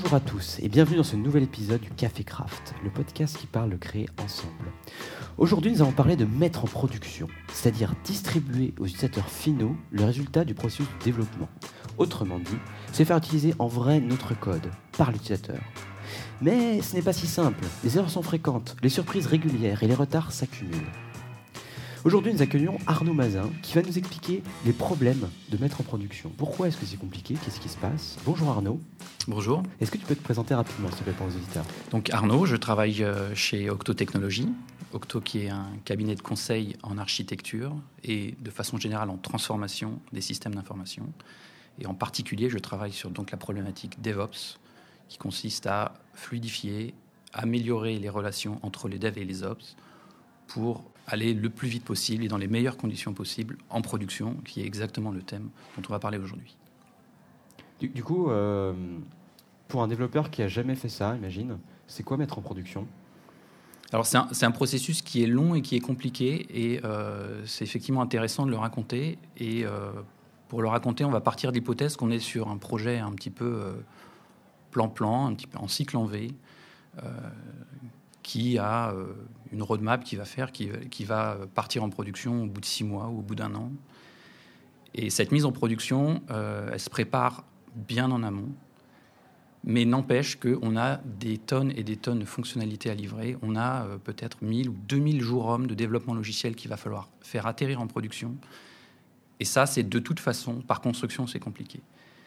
Bonjour à tous et bienvenue dans ce nouvel épisode du Café Craft, le podcast qui parle de créer ensemble. Aujourd'hui, nous allons parler de mettre en production, c'est-à-dire distribuer aux utilisateurs finaux le résultat du processus de développement. Autrement dit, c'est faire utiliser en vrai notre code par l'utilisateur. Mais ce n'est pas si simple, les erreurs sont fréquentes, les surprises régulières et les retards s'accumulent. Aujourd'hui, nous accueillons Arnaud Mazin qui va nous expliquer les problèmes de mettre en production. Pourquoi est-ce que c'est compliqué? Qu'est-ce qui se passe? Bonjour Arnaud. Bonjour. Est-ce que tu peux te présenter rapidement, s'il te plaît, pour les auditeurs? Donc Arnaud, je travaille chez Octo Technologies. Octo qui est un cabinet de conseil en architecture et de façon générale en transformation des systèmes d'information. Et en particulier, je travaille sur donc, la problématique DevOps qui consiste à fluidifier, améliorer les relations entre les devs et les ops pour aller le plus vite possible et dans les meilleures conditions possibles en production, qui est exactement le thème dont on va parler aujourd'hui. Du coup, pour un développeur qui n'a jamais fait ça, imagine, c'est quoi mettre en production? Alors c'est un processus qui est long et qui est compliqué et c'est effectivement intéressant de le raconter. Et pour le raconter, on va partir de l'hypothèse qu'on est sur un projet un petit peu plan-plan, un petit peu en cycle en V, qui a une roadmap qui va partir en production au bout de 6 mois ou au bout d'1 an. Et cette mise en production, elle se prépare bien en amont, mais n'empêche qu'on a des tonnes et des tonnes de fonctionnalités à livrer. On a peut-être 1000 ou 2000 jours hommes de développement logiciel qu'il va falloir faire atterrir en production. Et ça, c'est de toute façon, par construction, c'est compliqué.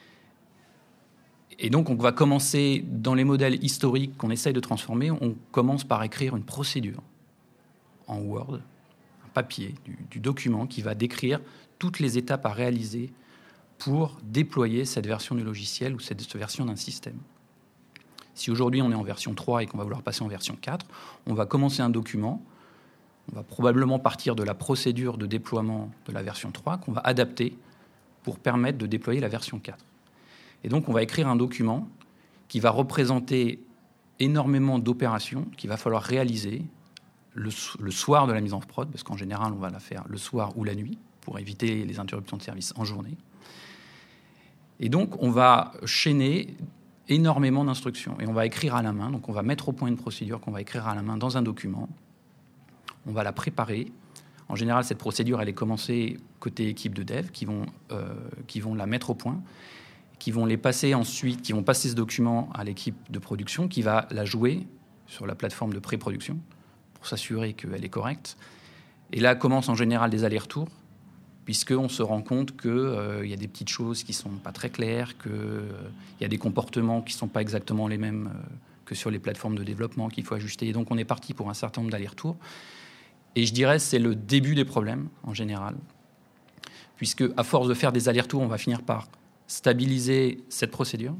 Et donc, on va commencer dans les modèles historiques qu'on essaye de transformer. On commence par écrire une procédure en Word, un papier, du document qui va décrire toutes les étapes à réaliser pour déployer cette version du logiciel ou cette version d'un système. Si aujourd'hui, on est en version 3 et qu'on va vouloir passer en version 4, on va commencer un document. On va probablement partir de la procédure de déploiement de la version 3 qu'on va adapter pour permettre de déployer la version 4. Et donc, on va écrire un document qui va représenter énormément d'opérations qu'il va falloir réaliser le soir de la mise en prod, parce qu'en général, on va la faire le soir ou la nuit pour éviter les interruptions de service en journée. Et donc, on va chaîner énormément d'instructions et on va écrire à la main. Donc, on va mettre au point une procédure qu'on va écrire à la main dans un document. On va la préparer. En général, cette procédure, elle est commencée côté équipe de dev qui vont la mettre au point, qui vont les passer ensuite, qui vont passer ce document à l'équipe de production, qui va la jouer sur la plateforme de pré-production pour s'assurer qu'elle est correcte. Et là commencent en général des allers-retours, puisqu'on se rend compte qu'il y a des petites choses qui ne sont pas très claires, qu'il y a des comportements qui ne sont pas exactement les mêmes que sur les plateformes de développement qu'il faut ajuster. Et donc on est parti pour un certain nombre d'allers-retours. Et je dirais que c'est le début des problèmes en général, puisque à force de faire des allers-retours, on va finir par stabiliser cette procédure.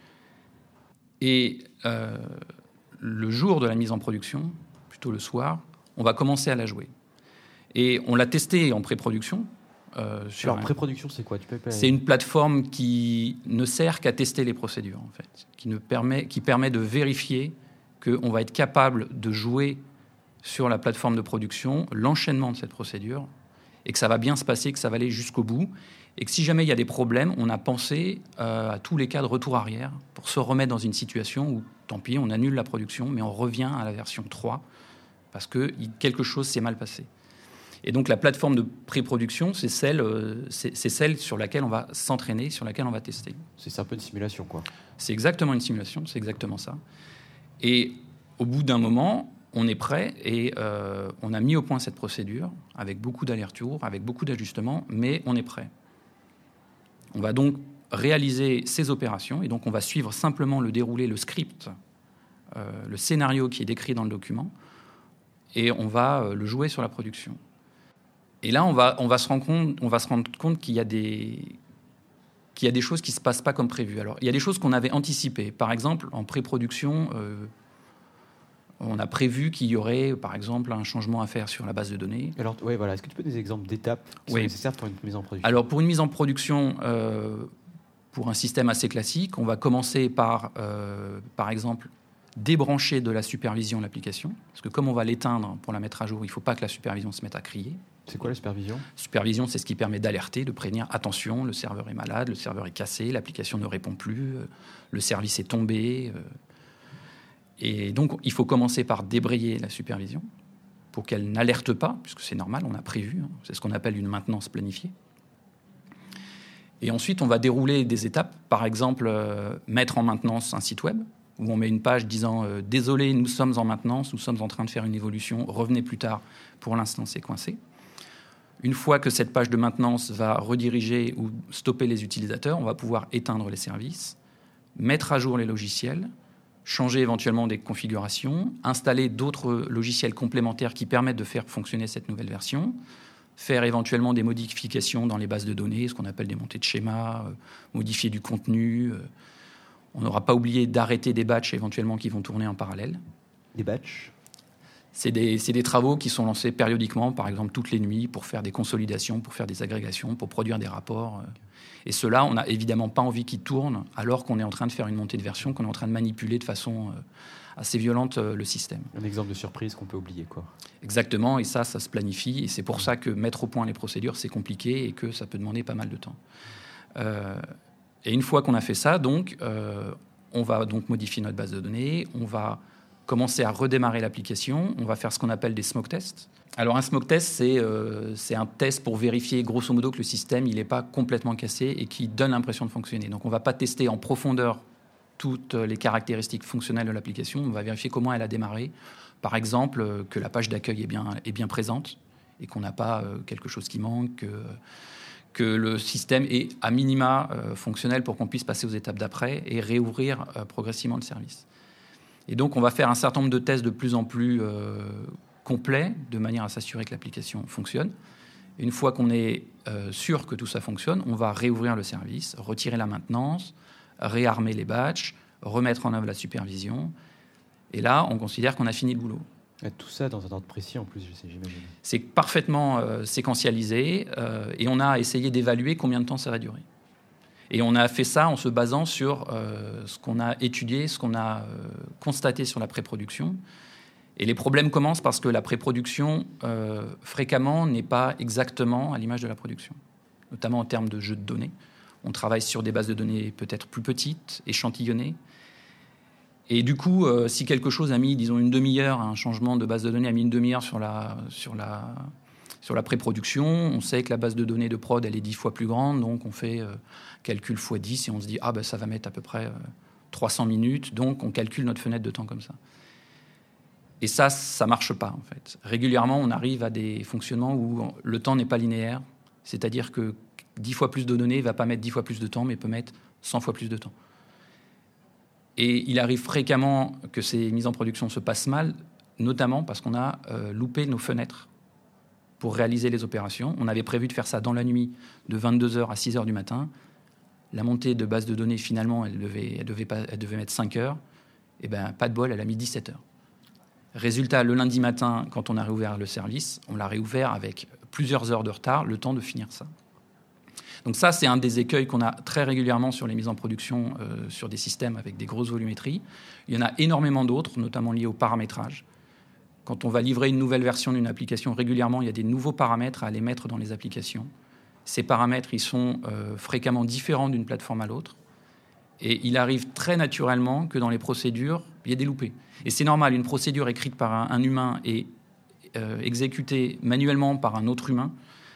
Et le jour de la mise en production, plutôt le soir, on va commencer à la jouer. Et on l'a testé en pré-production. Alors, pré-production, c'est quoi? C'est une plateforme qui ne sert qu'à tester les procédures, en fait, qui permet de vérifier qu'on va être capable de jouer sur la plateforme de production l'enchaînement de cette procédure et que ça va bien se passer, que ça va aller jusqu'au bout. Et que si jamais il y a des problèmes, on a pensé à tous les cas de retour arrière pour se remettre dans une situation où, tant pis, on annule la production, mais on revient à la version 3 parce que quelque chose s'est mal passé. Et donc la plateforme de pré-production, c'est celle sur laquelle on va s'entraîner, sur laquelle on va tester. C'est un peu une simulation, quoi. C'est exactement une simulation, c'est exactement ça. Et au bout d'un moment, on est prêt et on a mis au point cette procédure avec beaucoup d'allers-retours, avec beaucoup d'ajustements, mais on est prêt. On va donc réaliser ces opérations et donc on va suivre simplement le déroulé, le script, le scénario qui est décrit dans le document et on va le jouer sur la production. Et là, on va se rendre compte qu'il y a des choses qui ne se passent pas comme prévu. Alors, il y a des choses qu'on avait anticipées. Par exemple, en pré-production, on a prévu qu'il y aurait, par exemple, un changement à faire sur la base de données. Alors, oui, voilà. Est-ce que tu peux donner des exemples d'étapes qui sont nécessaires pour une mise en production? Alors, pour une mise en production, pour un système assez classique, on va commencer par exemple, débrancher de la supervision l'application. Parce que comme on va l'éteindre pour la mettre à jour, il ne faut pas que la supervision se mette à crier. C'est quoi la supervision ? Supervision, c'est ce qui permet d'alerter, de prévenir, attention, le serveur est malade, le serveur est cassé, l'application ne répond plus, le service est tombé. Et donc, il faut commencer par débrayer la supervision pour qu'elle n'alerte pas, puisque c'est normal, on a prévu, c'est ce qu'on appelle une maintenance planifiée. Et ensuite, on va dérouler des étapes, par exemple, mettre en maintenance un site web, où on met une page disant « Désolé, nous sommes en maintenance, nous sommes en train de faire une évolution, revenez plus tard, pour l'instant c'est coincé ». Une fois que cette page de maintenance va rediriger ou stopper les utilisateurs, on va pouvoir éteindre les services, mettre à jour les logiciels, changer éventuellement des configurations, installer d'autres logiciels complémentaires qui permettent de faire fonctionner cette nouvelle version, faire éventuellement des modifications dans les bases de données, ce qu'on appelle des montées de schémas, modifier du contenu. On n'aura pas oublié d'arrêter des batchs éventuellement qui vont tourner en parallèle. Des batchs ? C'est des travaux qui sont lancés périodiquement, par exemple toutes les nuits, pour faire des consolidations, pour faire des agrégations, pour produire des rapports. Et ceux-là, on n'a évidemment pas envie qu'ils tournent alors qu'on est en train de faire une montée de version, qu'on est en train de manipuler de façon assez violente le système. Un exemple de surprise qu'on peut oublier, quoi. Exactement, et ça se planifie. Et c'est pour ça que mettre au point les procédures, c'est compliqué et que ça peut demander pas mal de temps. Et une fois qu'on a fait ça, donc, on va donc modifier notre base de données, on va commencer à redémarrer l'application, on va faire ce qu'on appelle des smoke tests. Alors un smoke test, c'est un test pour vérifier grosso modo que le système il n'est pas complètement cassé et qui donne l'impression de fonctionner. Donc on ne va pas tester en profondeur toutes les caractéristiques fonctionnelles de l'application, on va vérifier comment elle a démarré. Par exemple, que la page d'accueil est bien présente et qu'on n'a pas quelque chose qui manque, que le système est à minima fonctionnel pour qu'on puisse passer aux étapes d'après et réouvrir progressivement le service. Et donc, on va faire un certain nombre de tests de plus en plus complets, de manière à s'assurer que l'application fonctionne. Et une fois qu'on est sûr que tout ça fonctionne, on va réouvrir le service, retirer la maintenance, réarmer les batchs, remettre en œuvre la supervision. Et là, on considère qu'on a fini le boulot. Et tout ça dans un ordre précis, en plus, j'imagine. C'est parfaitement séquentialisé et on a essayé d'évaluer combien de temps ça va durer. Et on a fait ça en se basant sur ce qu'on a étudié, ce qu'on a constaté sur la pré-production. Et les problèmes commencent parce que la pré-production, fréquemment, n'est pas exactement à l'image de la production, notamment en termes de jeux de données. On travaille sur des bases de données peut-être plus petites, échantillonnées. Et du coup, si quelque chose a mis, disons, une demi-heure, un changement de base de données a mis une demi-heure sur la pré-production, on sait que la base de données de prod, elle est 10 fois plus grande, donc on fait calcul x 10 et on se dit, ça va mettre à peu près 300 minutes, donc on calcule notre fenêtre de temps comme ça. Et ça marche pas, en fait. Régulièrement, on arrive à des fonctionnements où le temps n'est pas linéaire, c'est-à-dire que 10 fois plus de données ne va pas mettre 10 fois plus de temps, mais peut mettre 100 fois plus de temps. Et il arrive fréquemment que ces mises en production se passent mal, notamment parce qu'on a loupé nos fenêtres pour réaliser les opérations. On avait prévu de faire ça dans la nuit, de 22h à 6h du matin. La montée de base de données, finalement, elle devait mettre 5 heures. Et bien, pas de bol, elle a mis 17 heures. Résultat, le lundi matin, quand on a réouvert le service, on l'a réouvert avec plusieurs heures de retard, le temps de finir ça. Donc ça, c'est un des écueils qu'on a très régulièrement sur les mises en production sur des systèmes avec des grosses volumétries. Il y en a énormément d'autres, notamment liés au paramétrage. Quand on va livrer une nouvelle version d'une application, régulièrement, il y a des nouveaux paramètres à aller mettre dans les applications. Ces paramètres, ils sont fréquemment différents d'une plateforme à l'autre. Et il arrive très naturellement que dans les procédures, il y ait des loupés. Et c'est normal, une procédure écrite par un humain et exécutée manuellement par un autre humain,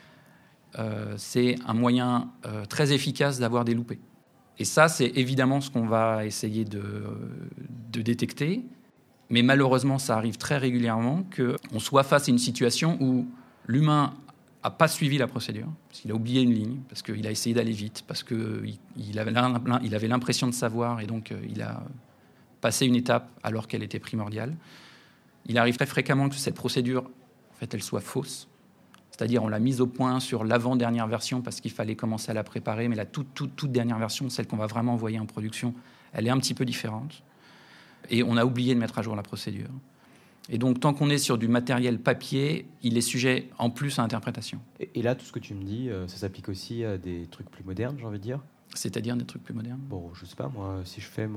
c'est un moyen très efficace d'avoir des loupés. Et ça, c'est évidemment ce qu'on va essayer de détecter. Mais malheureusement, ça arrive très régulièrement qu'on soit face à une situation où l'humain n'a pas suivi la procédure, parce qu'il a oublié une ligne, parce qu'il a essayé d'aller vite, parce qu'il avait l'impression de savoir, et donc il a passé une étape alors qu'elle était primordiale. Il arrive très fréquemment que cette procédure, en fait, elle soit fausse. C'est-à-dire on l'a mise au point sur l'avant-dernière version parce qu'il fallait commencer à la préparer, mais la toute dernière version, celle qu'on va vraiment envoyer en production, elle est un petit peu différente. Et on a oublié de mettre à jour la procédure. Et donc, tant qu'on est sur du matériel papier, il est sujet en plus à interprétation. Et là, tout ce que tu me dis, ça s'applique aussi à des trucs plus modernes, j'ai envie de dire ? C'est-à-dire des trucs plus modernes ? Bon, je sais pas, moi, si je fais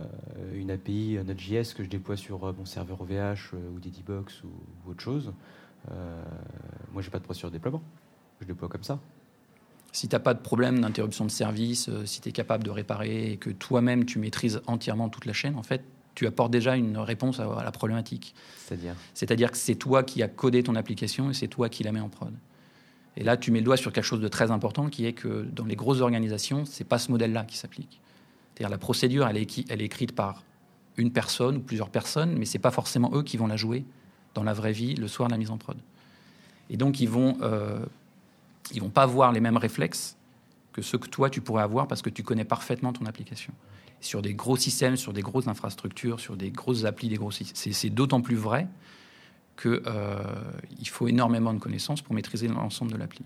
une API Node.js que je déploie sur mon serveur OVH ou Dedibox ou autre chose, Moi, j'ai pas de procédure de déploiement. Je déploie comme ça. Si tu n'as pas de problème d'interruption de service, si tu es capable de réparer et que toi-même, tu maîtrises entièrement toute la chaîne, en fait, tu apportes déjà une réponse à la problématique. C'est-à-dire que c'est toi qui as codé ton application et c'est toi qui la mets en prod. Et là, tu mets le doigt sur quelque chose de très important qui est que dans les grosses organisations, ce n'est pas ce modèle-là qui s'applique. C'est-à-dire la procédure, elle est écrite par une personne ou plusieurs personnes, mais ce n'est pas forcément eux qui vont la jouer dans la vraie vie le soir de la mise en prod. Et donc, ils vont pas avoir les mêmes réflexes que ceux que toi, tu pourrais avoir parce que tu connais parfaitement ton application. Sur des gros systèmes, sur des grosses infrastructures, sur des grosses applis, c'est d'autant plus vrai qu'il faut énormément de connaissances pour maîtriser l'ensemble de l'appli.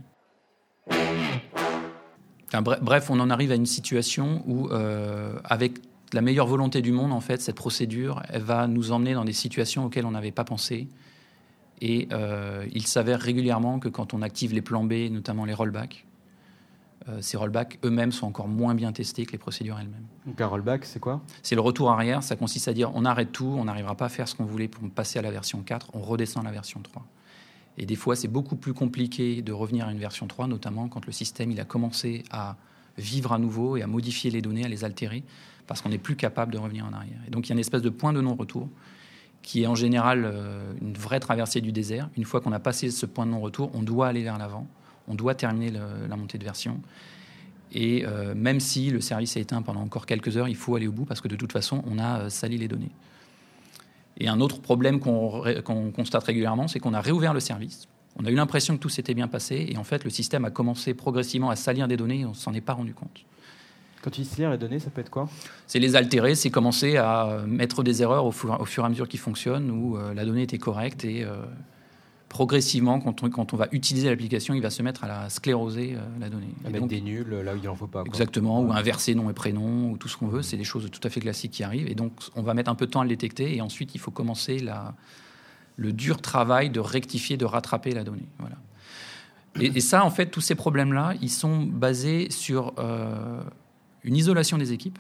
Enfin, bref, on en arrive à une situation où, avec la meilleure volonté du monde, en fait, cette procédure, elle va nous emmener dans des situations auxquelles on n'avait pas pensé. Et il s'avère régulièrement que quand on active les plans B, notamment les rollbacks, ces rollbacks eux-mêmes sont encore moins bien testés que les procédures elles-mêmes. Donc un rollback, c'est quoi ? C'est le retour arrière. Ça consiste à dire on arrête tout, on n'arrivera pas à faire ce qu'on voulait pour passer à la version 4, on redescend à la version 3. Et des fois, c'est beaucoup plus compliqué de revenir à une version 3, notamment quand le système il a commencé à vivre à nouveau et à modifier les données, à les altérer, parce qu'on n'est plus capable de revenir en arrière. Et donc, il y a une espèce de point de non-retour qui est en général une vraie traversée du désert. Une fois qu'on a passé ce point de non-retour, on doit aller vers l'avant, on doit terminer la montée de version. Et même si le service est éteint pendant encore quelques heures, il faut aller au bout parce que de toute façon, on a sali les données. Et un autre problème qu'on constate régulièrement, c'est qu'on a réouvert le service. On a eu l'impression que tout s'était bien passé et en fait, le système a commencé progressivement à salir des données et on ne s'en est pas rendu compte. Quand tu dis salir les données, ça peut être quoi ? C'est les altérer, c'est commencer à mettre des erreurs au fur et à mesure qu'ils fonctionnent, où la donnée était correcte et progressivement, quand on va utiliser l'application, il va se mettre à la scléroser la donnée. À mettre des nuls là où il n'en faut pas. Quoi. Exactement, ou inverser nom et prénom, ou tout ce qu'on veut. C'est des choses tout à fait classiques qui arrivent. Et donc, on va mettre un peu de temps à le détecter. Et ensuite, il faut commencer le dur travail de rectifier, de rattraper la donnée. Voilà. Et ça, en fait, tous ces problèmes-là, ils sont basés sur une isolation des équipes,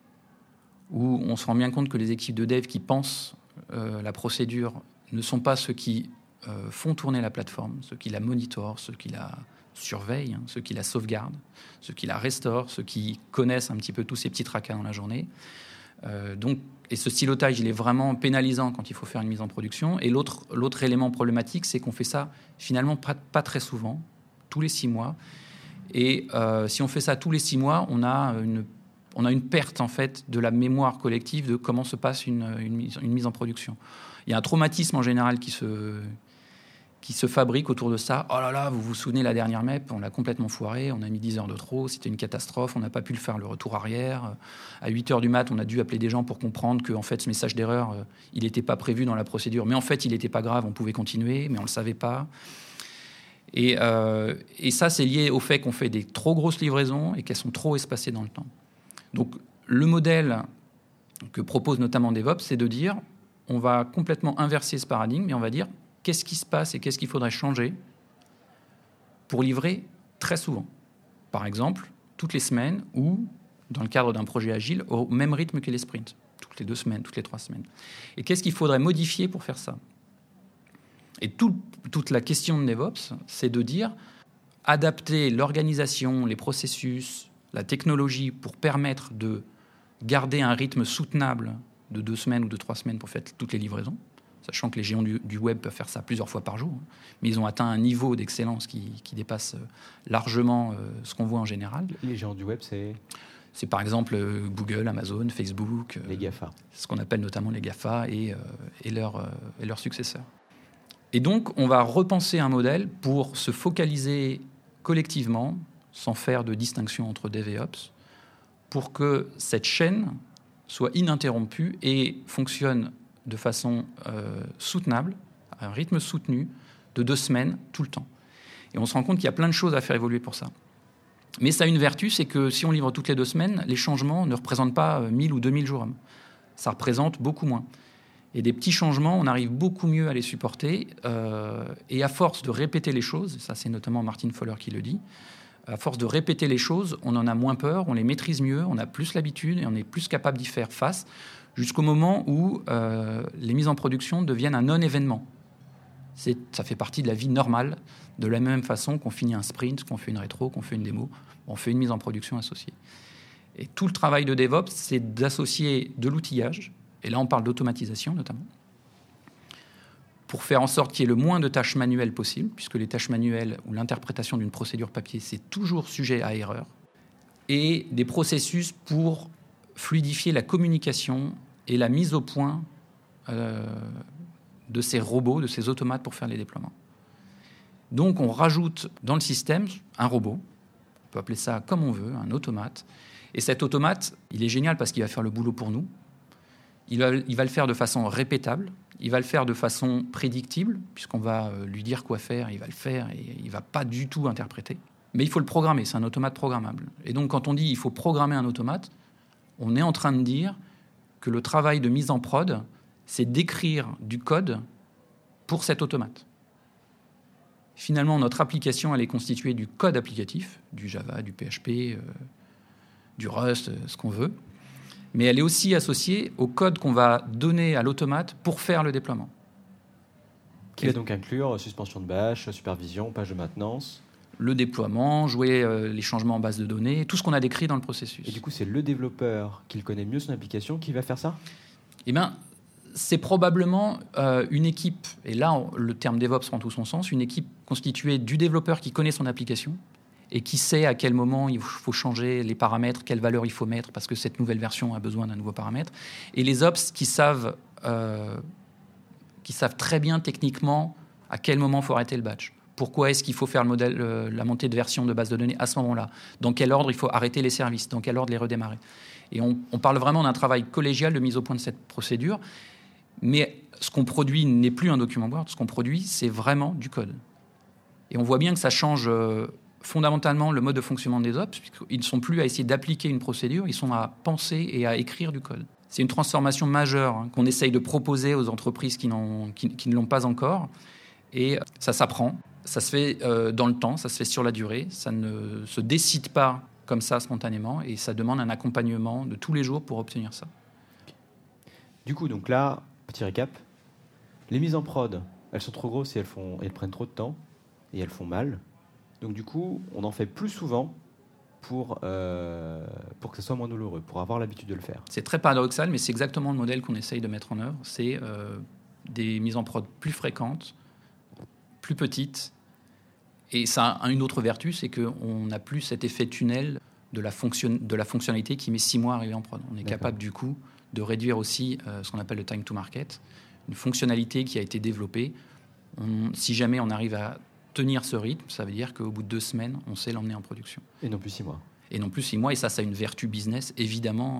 où on se rend bien compte que les équipes de dev qui pensent la procédure ne sont pas ceux qui font tourner la plateforme, ceux qui la monitorent, ceux qui la surveillent, ceux qui la sauvegardent, ceux qui la restaurent, ceux qui connaissent un petit peu tous ces petits tracas dans la journée. Et ce silotage, il est vraiment pénalisant quand il faut faire une mise en production. Et l'autre élément problématique, c'est qu'on fait ça finalement pas très souvent, tous les 6 mois. Et si on fait ça tous les 6 mois, on a une perte en fait de la mémoire collective de comment se passe une mise en production. Il y a un traumatisme en général qui se fabrique autour de ça. Oh là là, vous vous souvenez, la dernière MEP, on l'a complètement foiré, on a mis 10 heures de trop, c'était une catastrophe, on n'a pas pu le faire le retour arrière. À 8 heures du mat, on a dû appeler des gens pour comprendre que en fait, ce message d'erreur, il n'était pas prévu dans la procédure. Mais en fait, il n'était pas grave, on pouvait continuer, mais on ne le savait pas. Et ça, c'est lié au fait qu'on fait des trop grosses livraisons et qu'elles sont trop espacées dans le temps. Donc, le modèle que propose notamment DevOps, c'est de dire, on va complètement inverser ce paradigme et on va dire, qu'est-ce qui se passe et qu'est-ce qu'il faudrait changer pour livrer très souvent. Par exemple, toutes les semaines ou dans le cadre d'un projet agile, au même rythme que les sprints, toutes les 2 semaines, toutes les 3 semaines. Et qu'est-ce qu'il faudrait modifier pour faire ça ? Et toute la question de DevOps, c'est de dire adapter l'organisation, les processus, la technologie pour permettre de garder un rythme soutenable de 2 semaines ou de 3 semaines pour faire toutes les livraisons, sachant que les géants du web peuvent faire ça plusieurs fois par jour, mais ils ont atteint un niveau d'excellence qui dépasse largement ce qu'on voit en général. Les géants du web, c'est par exemple Google, Amazon, Facebook, les GAFA. Ce qu'on appelle notamment les GAFA et leurs successeurs. Et donc, on va repenser un modèle pour se focaliser collectivement, sans faire de distinction entre Dev et Ops, pour que cette chaîne soit ininterrompue et fonctionne de façon soutenable, à un rythme soutenu, de 2 semaines, tout le temps. Et on se rend compte qu'il y a plein de choses à faire évoluer pour ça. Mais ça a une vertu, c'est que si on livre toutes les 2 semaines, les changements ne représentent pas 1000 ou 2000 jours. Ça représente beaucoup moins. Et des petits changements, on arrive beaucoup mieux à les supporter. Et à force de répéter les choses, ça c'est notamment Martin Fowler qui le dit, à force de répéter les choses, on en a moins peur, on les maîtrise mieux, on a plus l'habitude et on est plus capable d'y faire face, jusqu'au moment où les mises en production deviennent un non-événement. Ça fait partie de la vie normale, de la même façon qu'on finit un sprint, qu'on fait une rétro, qu'on fait une démo, on fait une mise en production associée. Et tout le travail de DevOps, c'est d'associer de l'outillage, et là on parle d'automatisation notamment, pour faire en sorte qu'il y ait le moins de tâches manuelles possible, puisque les tâches manuelles ou l'interprétation d'une procédure papier, c'est toujours sujet à erreur, et des processus pour fluidifier la communication et la mise au point de ces robots, de ces automates pour faire les déploiements. Donc on rajoute dans le système un robot, on peut appeler ça comme on veut, un automate, et cet automate, il est génial parce qu'il va faire le boulot pour nous, il va le faire de façon répétable, il va le faire de façon prédictible, puisqu'on va lui dire quoi faire, il va le faire et il ne va pas du tout interpréter. Mais il faut le programmer, c'est un automate programmable. Et donc quand on dit il faut programmer un automate, on est en train de dire que le travail de mise en prod, c'est d'écrire du code pour cet automate. Finalement, notre application, elle est constituée du code applicatif, du Java, du PHP, du Rust, ce qu'on veut. Mais elle est aussi associée au code qu'on va donner à l'automate pour faire le déploiement. Qui va donc inclure suspension de batch, supervision, page de maintenance. Le déploiement, jouer les changements en base de données, tout ce qu'on a décrit dans le processus. Et du coup, c'est le développeur qui connaît mieux son application qui va faire ça ? Eh bien, c'est probablement une équipe, et là, le terme DevOps prend tout son sens, une équipe constituée du développeur qui connaît son application et qui sait à quel moment il faut changer les paramètres, quelle valeur il faut mettre, parce que cette nouvelle version a besoin d'un nouveau paramètre. Et les Ops qui savent très bien techniquement à quel moment il faut arrêter le batch. Pourquoi est-ce qu'il faut faire la montée de version de base de données à ce moment-là ? Dans quel ordre il faut arrêter les services ? Dans quel ordre les redémarrer ? Et on parle vraiment d'un travail collégial de mise au point de cette procédure. Mais ce qu'on produit n'est plus un document Word. Ce qu'on produit, c'est vraiment du code. Et on voit bien que ça change fondamentalement le mode de fonctionnement des Ops, puisqu'ils ne sont plus à essayer d'appliquer une procédure, ils sont à penser et à écrire du code. C'est une transformation majeure qu'on essaye de proposer aux entreprises qui ne l'ont pas encore. Et ça s'apprend, ça se fait dans le temps, ça se fait sur la durée, ça ne se décide pas comme ça spontanément et ça demande un accompagnement de tous les jours pour obtenir ça. Du coup, donc là, petit récap, les mises en prod, elles sont trop grosses et elles prennent trop de temps et elles font mal. Donc du coup, on en fait plus souvent pour que ce soit moins douloureux, pour avoir l'habitude de le faire. C'est très paradoxal, mais c'est exactement le modèle qu'on essaye de mettre en œuvre. C'est des mises en prod plus fréquentes, plus petites. Et ça a une autre vertu, c'est qu'on n'a plus cet effet tunnel de la fonctionnalité qui met 6 mois à arriver en prod. On est capable du coup de réduire aussi ce qu'on appelle le time to market, une fonctionnalité qui a été développée. Si jamais on arrive à tenir ce rythme, ça veut dire qu'au bout de 2 semaines, on sait l'emmener en production. Et non plus 6 mois. Et non plus 6 mois, et ça a une vertu business évidemment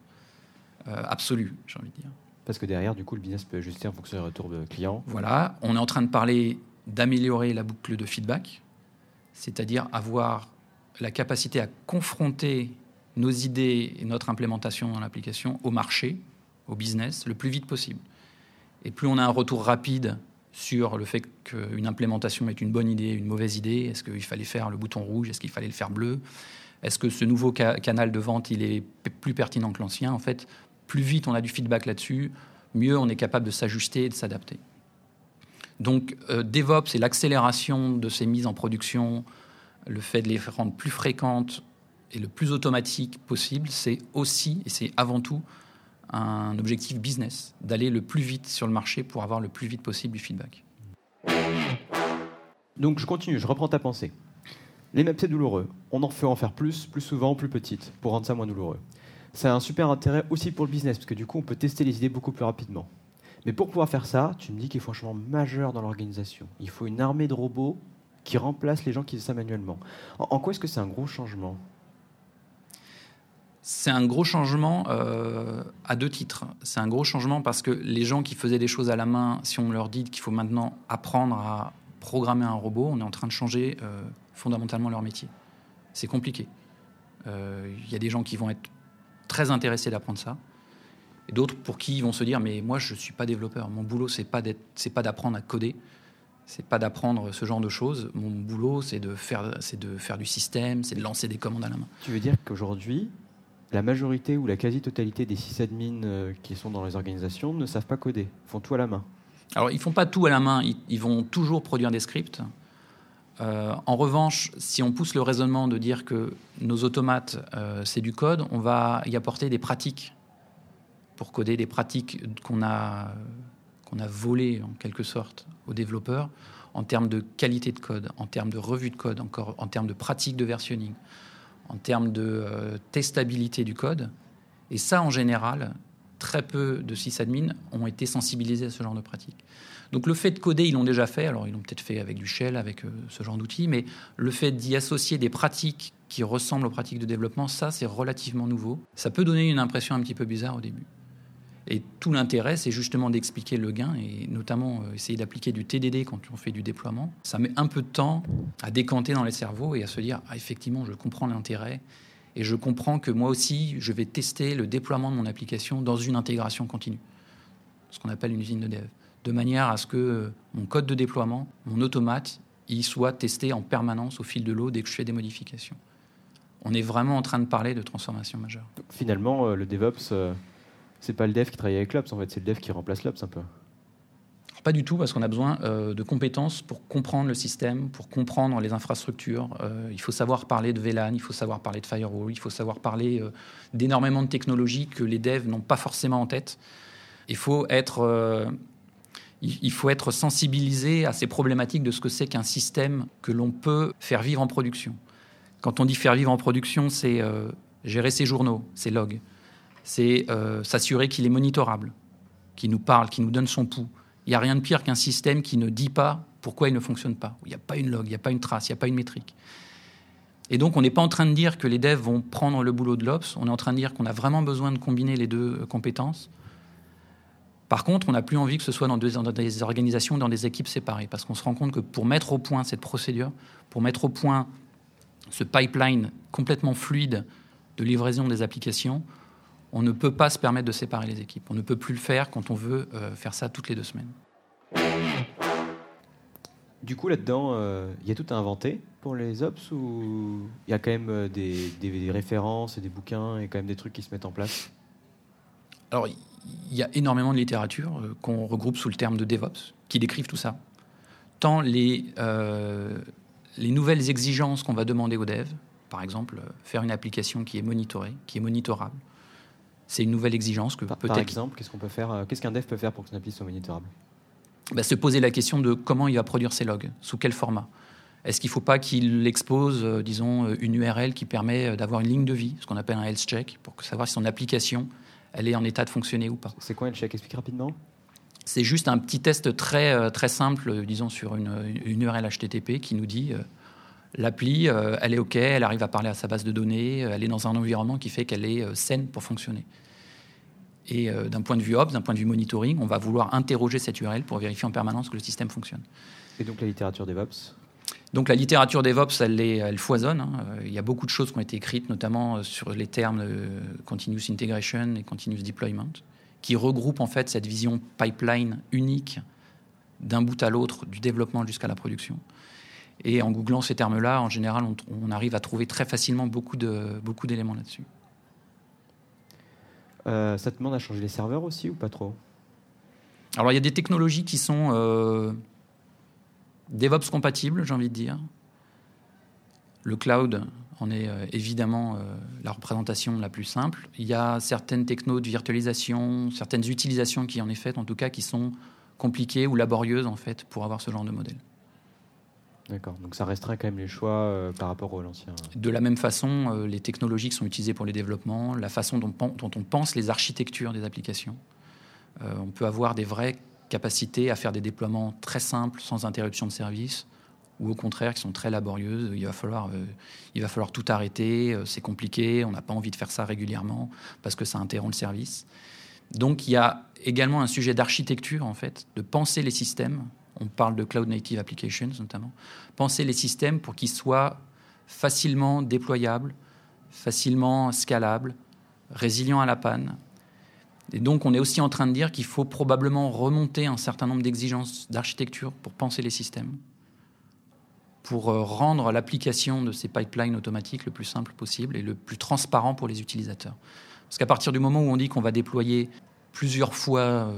absolue, j'ai envie de dire. Parce que derrière, du coup, le business peut ajuster en fonction des retours de clients. Voilà, on est en train de parler d'améliorer la boucle de feedback, c'est-à-dire avoir la capacité à confronter nos idées et notre implémentation dans l'application au marché, au business, le plus vite possible. Et plus on a un retour rapide sur le fait qu'une implémentation est une bonne idée, une mauvaise idée, est-ce qu'il fallait faire le bouton rouge, est-ce qu'il fallait le faire bleu, est-ce que ce nouveau canal de vente il est plus pertinent que l'ancien, en fait, plus vite on a du feedback là-dessus, mieux on est capable de s'ajuster et de s'adapter. Donc DevOps et l'accélération de ces mises en production, le fait de les rendre plus fréquentes et le plus automatique possible, c'est aussi, et c'est avant tout, un objectif business, d'aller le plus vite sur le marché pour avoir le plus vite possible du feedback. Donc je continue, je reprends ta pensée. Les maps, c'est douloureux. On en fait en faire plus souvent, plus petites, pour rendre ça moins douloureux. Ça a un super intérêt aussi pour le business, parce que du coup, on peut tester les idées beaucoup plus rapidement. Mais pour pouvoir faire ça, tu me dis qu'il faut un changement majeur dans l'organisation. Il faut une armée de robots qui remplacent les gens qui font ça manuellement. En quoi est-ce que c'est un gros changement ? C'est un gros changement à 2 titres. C'est un gros changement parce que les gens qui faisaient des choses à la main, si on leur dit qu'il faut maintenant apprendre à programmer un robot, on est en train de changer fondamentalement leur métier. C'est compliqué. Il y a des gens qui vont être très intéressés d'apprendre ça, et d'autres pour qui ils vont se dire « mais moi, je ne suis pas développeur. Mon boulot, c'est pas d'apprendre à coder. C'est pas d'apprendre ce genre de choses. Mon boulot, c'est de faire du système, c'est de lancer des commandes à la main. » Tu veux dire qu'aujourd'hui, la majorité ou la quasi-totalité des sysadmins qui sont dans les organisations ne savent pas coder, font tout à la main. Alors, ils ne font pas tout à la main, ils vont toujours produire des scripts. En revanche, si on pousse le raisonnement de dire que nos automates, c'est du code, on va y apporter des pratiques pour coder, des pratiques qu'on a volées en quelque sorte aux développeurs en termes de qualité de code, en termes de revue de code, encore en termes de pratiques de versionning, en termes de testabilité du code. Et ça, en général, très peu de sysadmins ont été sensibilisés à ce genre de pratiques. Donc le fait de coder, ils l'ont déjà fait. Alors ils l'ont peut-être fait avec du shell, avec ce genre d'outils, mais le fait d'y associer des pratiques qui ressemblent aux pratiques de développement, ça, c'est relativement nouveau. Ça peut donner une impression un petit peu bizarre au début. Et tout l'intérêt, c'est justement d'expliquer le gain et notamment essayer d'appliquer du TDD quand on fait du déploiement. Ça met un peu de temps à décanter dans les cerveaux et à se dire « Ah, effectivement, je comprends l'intérêt et je comprends que moi aussi, je vais tester le déploiement de mon application dans une intégration continue. » Ce qu'on appelle une usine de dev. De manière à ce que mon code de déploiement, mon automate, il soit testé en permanence au fil de l'eau dès que je fais des modifications. On est vraiment en train de parler de transformation majeure. Donc, finalement, le DevOps, c'est pas le dev qui travaille avec l'Ops, en fait, c'est le dev qui remplace l'Ops un peu. Pas du tout, parce qu'on a besoin de compétences pour comprendre le système, pour comprendre les infrastructures. Il faut savoir parler de VLAN, il faut savoir parler de firewall, il faut savoir parler d'énormément de technologies que les devs n'ont pas forcément en tête. Il faut être sensibilisé à ces problématiques de ce que c'est qu'un système que l'on peut faire vivre en production. Quand on dit faire vivre en production, c'est gérer ses journaux, ses logs. C'est s'assurer qu'il est monitorable, qu'il nous parle, qu'il nous donne son pouls. Il n'y a rien de pire qu'un système qui ne dit pas pourquoi il ne fonctionne pas. Il n'y a pas une log, il n'y a pas une trace, il n'y a pas une métrique. Et donc, on n'est pas en train de dire que les devs vont prendre le boulot de l'Ops. On est en train de dire qu'on a vraiment besoin de combiner les deux compétences. Par contre, on n'a plus envie que ce soit dans des organisations, dans des équipes séparées. Parce qu'on se rend compte que pour mettre au point cette procédure, pour mettre au point ce pipeline complètement fluide de livraison des applications, on ne peut pas se permettre de séparer les équipes. On ne peut plus le faire quand on veut faire ça toutes les 2 semaines. Du coup, là-dedans, il y a tout à inventer pour les Ops ou il y a quand même des références et des bouquins et quand même des trucs qui se mettent en place? Alors, il y a énormément de littérature qu'on regroupe sous le terme de DevOps, qui décrivent tout ça. Tant les nouvelles exigences qu'on va demander aux devs, par exemple, faire une application qui est monitorée, qui est monitorable, c'est une nouvelle exigence que peut-être... Par exemple, qu'est-ce qu'on peut faire, qu'est-ce qu'un dev peut faire pour que son appli soit monitorable? Se poser la question de comment il va produire ses logs, sous quel format. Est-ce qu'il ne faut pas qu'il expose, disons, une URL qui permet d'avoir une ligne de vie, ce qu'on appelle un health check, pour savoir si son application, elle est en état de fonctionner ou pas. C'est quoi un check? Explique rapidement. C'est juste un petit test très, très simple, disons, sur une URL HTTP qui nous dit l'appli, elle est OK, elle arrive à parler à sa base de données, elle est dans un environnement qui fait qu'elle est saine pour fonctionner. Et d'un point de vue Ops, d'un point de vue monitoring, on va vouloir interroger cette URL pour vérifier en permanence que le système fonctionne. Et donc la littérature DevOps? Donc la littérature DevOps, elle foisonne. Il y a beaucoup de choses qui ont été écrites, notamment sur les termes Continuous Integration et Continuous Deployment, qui regroupent en fait cette vision pipeline unique d'un bout à l'autre, du développement jusqu'à la production. Et en googlant ces termes-là, en général, on arrive à trouver très facilement beaucoup d'éléments là-dessus. Ça te demande à changer les serveurs aussi ou pas trop? Alors il y a des technologies qui sont DevOps compatibles, j'ai envie de dire. Le cloud en est évidemment la représentation la plus simple. Il y a certaines technos de virtualisation, certaines utilisations qui en est faites, en tout cas, qui sont compliquées ou laborieuses en fait pour avoir ce genre de modèle. D'accord, donc ça restreint quand même les choix par rapport à l'ancien. De la même façon, les technologies qui sont utilisées pour les développements, la façon dont on pense les architectures des applications. On peut avoir des vraies capacités à faire des déploiements très simples, sans interruption de service, ou au contraire qui sont très laborieuses. Il va falloir tout arrêter, c'est compliqué, on n'a pas envie de faire ça régulièrement parce que ça interrompt le service. Donc il y a également un sujet d'architecture, en fait, de penser les systèmes. On parle de Cloud Native Applications notamment. Penser les systèmes pour qu'ils soient facilement déployables, facilement scalables, résilients à la panne. Et donc, on est aussi en train de dire qu'il faut probablement remonter un certain nombre d'exigences d'architecture pour penser les systèmes, pour rendre l'application de ces pipelines automatiques le plus simple possible et le plus transparent pour les utilisateurs. Parce qu'à partir du moment où on dit qu'on va déployer plusieurs fois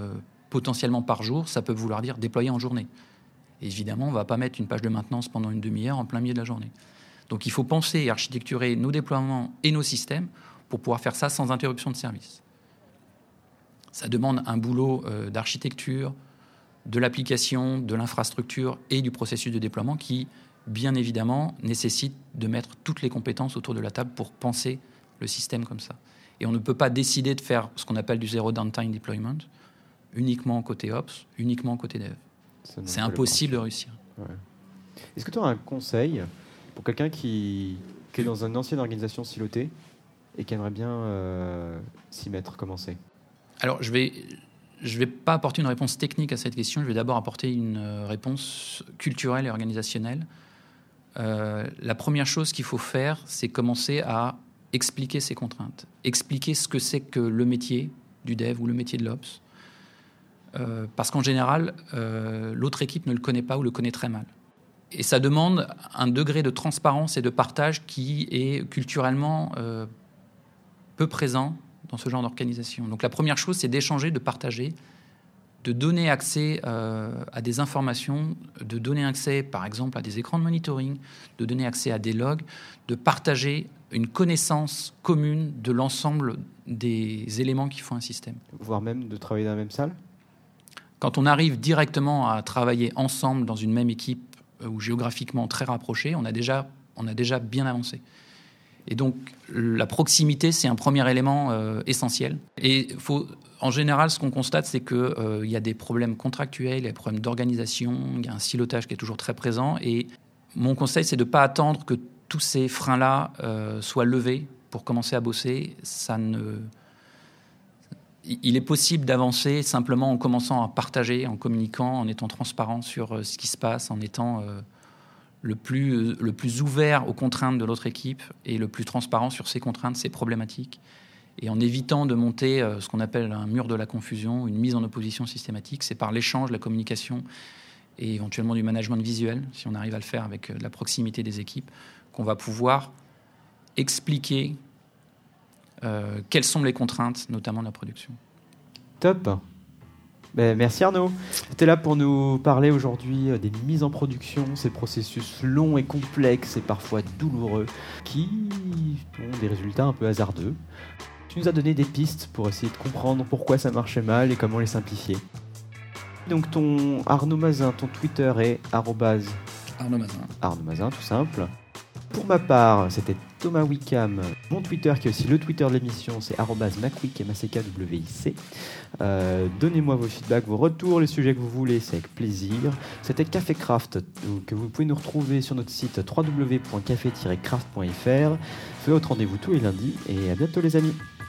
potentiellement par jour, ça peut vouloir dire déployer en journée. Et évidemment, on ne va pas mettre une page de maintenance pendant une demi-heure en plein milieu de la journée. Donc il faut penser et architecturer nos déploiements et nos systèmes pour pouvoir faire ça sans interruption de service. Ça demande un boulot d'architecture, de l'application, de l'infrastructure et du processus de déploiement qui, bien évidemment, nécessite de mettre toutes les compétences autour de la table pour penser le système comme ça. Et on ne peut pas décider de faire ce qu'on appelle du zero downtime deployment uniquement côté Ops, uniquement côté Dev. C'est impossible de réussir. Ouais. Est-ce que tu as un conseil pour quelqu'un qui est dans une ancienne organisation silotée et qui aimerait bien s'y mettre, commencer ? Alors, je vais pas apporter une réponse technique à cette question. Je vais d'abord apporter une réponse culturelle et organisationnelle. La première chose qu'il faut faire, c'est commencer à expliquer ces contraintes, expliquer ce que c'est que le métier du dev ou le métier de l'ops. Parce qu'en général, l'autre équipe ne le connaît pas ou le connaît très mal. Et ça demande un degré de transparence et de partage qui est culturellement peu présent dans ce genre d'organisation. Donc la première chose, c'est d'échanger, de partager, de donner accès à des informations, de donner accès, par exemple, à des écrans de monitoring, de donner accès à des logs, de partager une connaissance commune de l'ensemble des éléments qui font un système. Voire même de travailler dans la même salle ? Quand on arrive directement à travailler ensemble dans une même équipe ou géographiquement très rapprochée, on a déjà bien avancé. Et donc, la proximité, c'est un premier élément essentiel. Et en général, ce qu'on constate, c'est qu'il y a des problèmes contractuels, il y a des problèmes d'organisation, il y a un silotage qui est toujours très présent. Et mon conseil, c'est de ne pas attendre que tous ces freins-là soient levés pour commencer à bosser. Il est possible d'avancer simplement en commençant à partager, en communiquant, en étant transparent sur ce qui se passe, en étant le plus ouvert aux contraintes de l'autre équipe et le plus transparent sur ses contraintes, ses problématiques, et en évitant de monter ce qu'on appelle un mur de la confusion, une mise en opposition systématique. C'est par l'échange, la communication et éventuellement du management visuel, si on arrive à le faire avec la proximité des équipes, qu'on va pouvoir expliquer quelles sont les contraintes, notamment de la production. Top. Merci Arnaud. Tu es là pour nous parler aujourd'hui des mises en production, ces processus longs et complexes et parfois douloureux qui ont des résultats un peu hasardeux. Tu nous as donné des pistes pour essayer de comprendre pourquoi ça marchait mal et comment les simplifier. Donc ton Arnaud Mazin, ton Twitter est Arnaud Mazin. Arnaud Mazin, tout simple. Pour ma part, c'était Thomas Wickham. Mon Twitter, qui est aussi le Twitter de l'émission, c'est @macwick, MACKWIC. Donnez-moi vos feedbacks, vos retours, les sujets que vous voulez, c'est avec plaisir. C'était Café Craft, que vous pouvez nous retrouver sur notre site www.café-craft.fr. Faites votre rendez-vous tous les lundis et à bientôt les amis.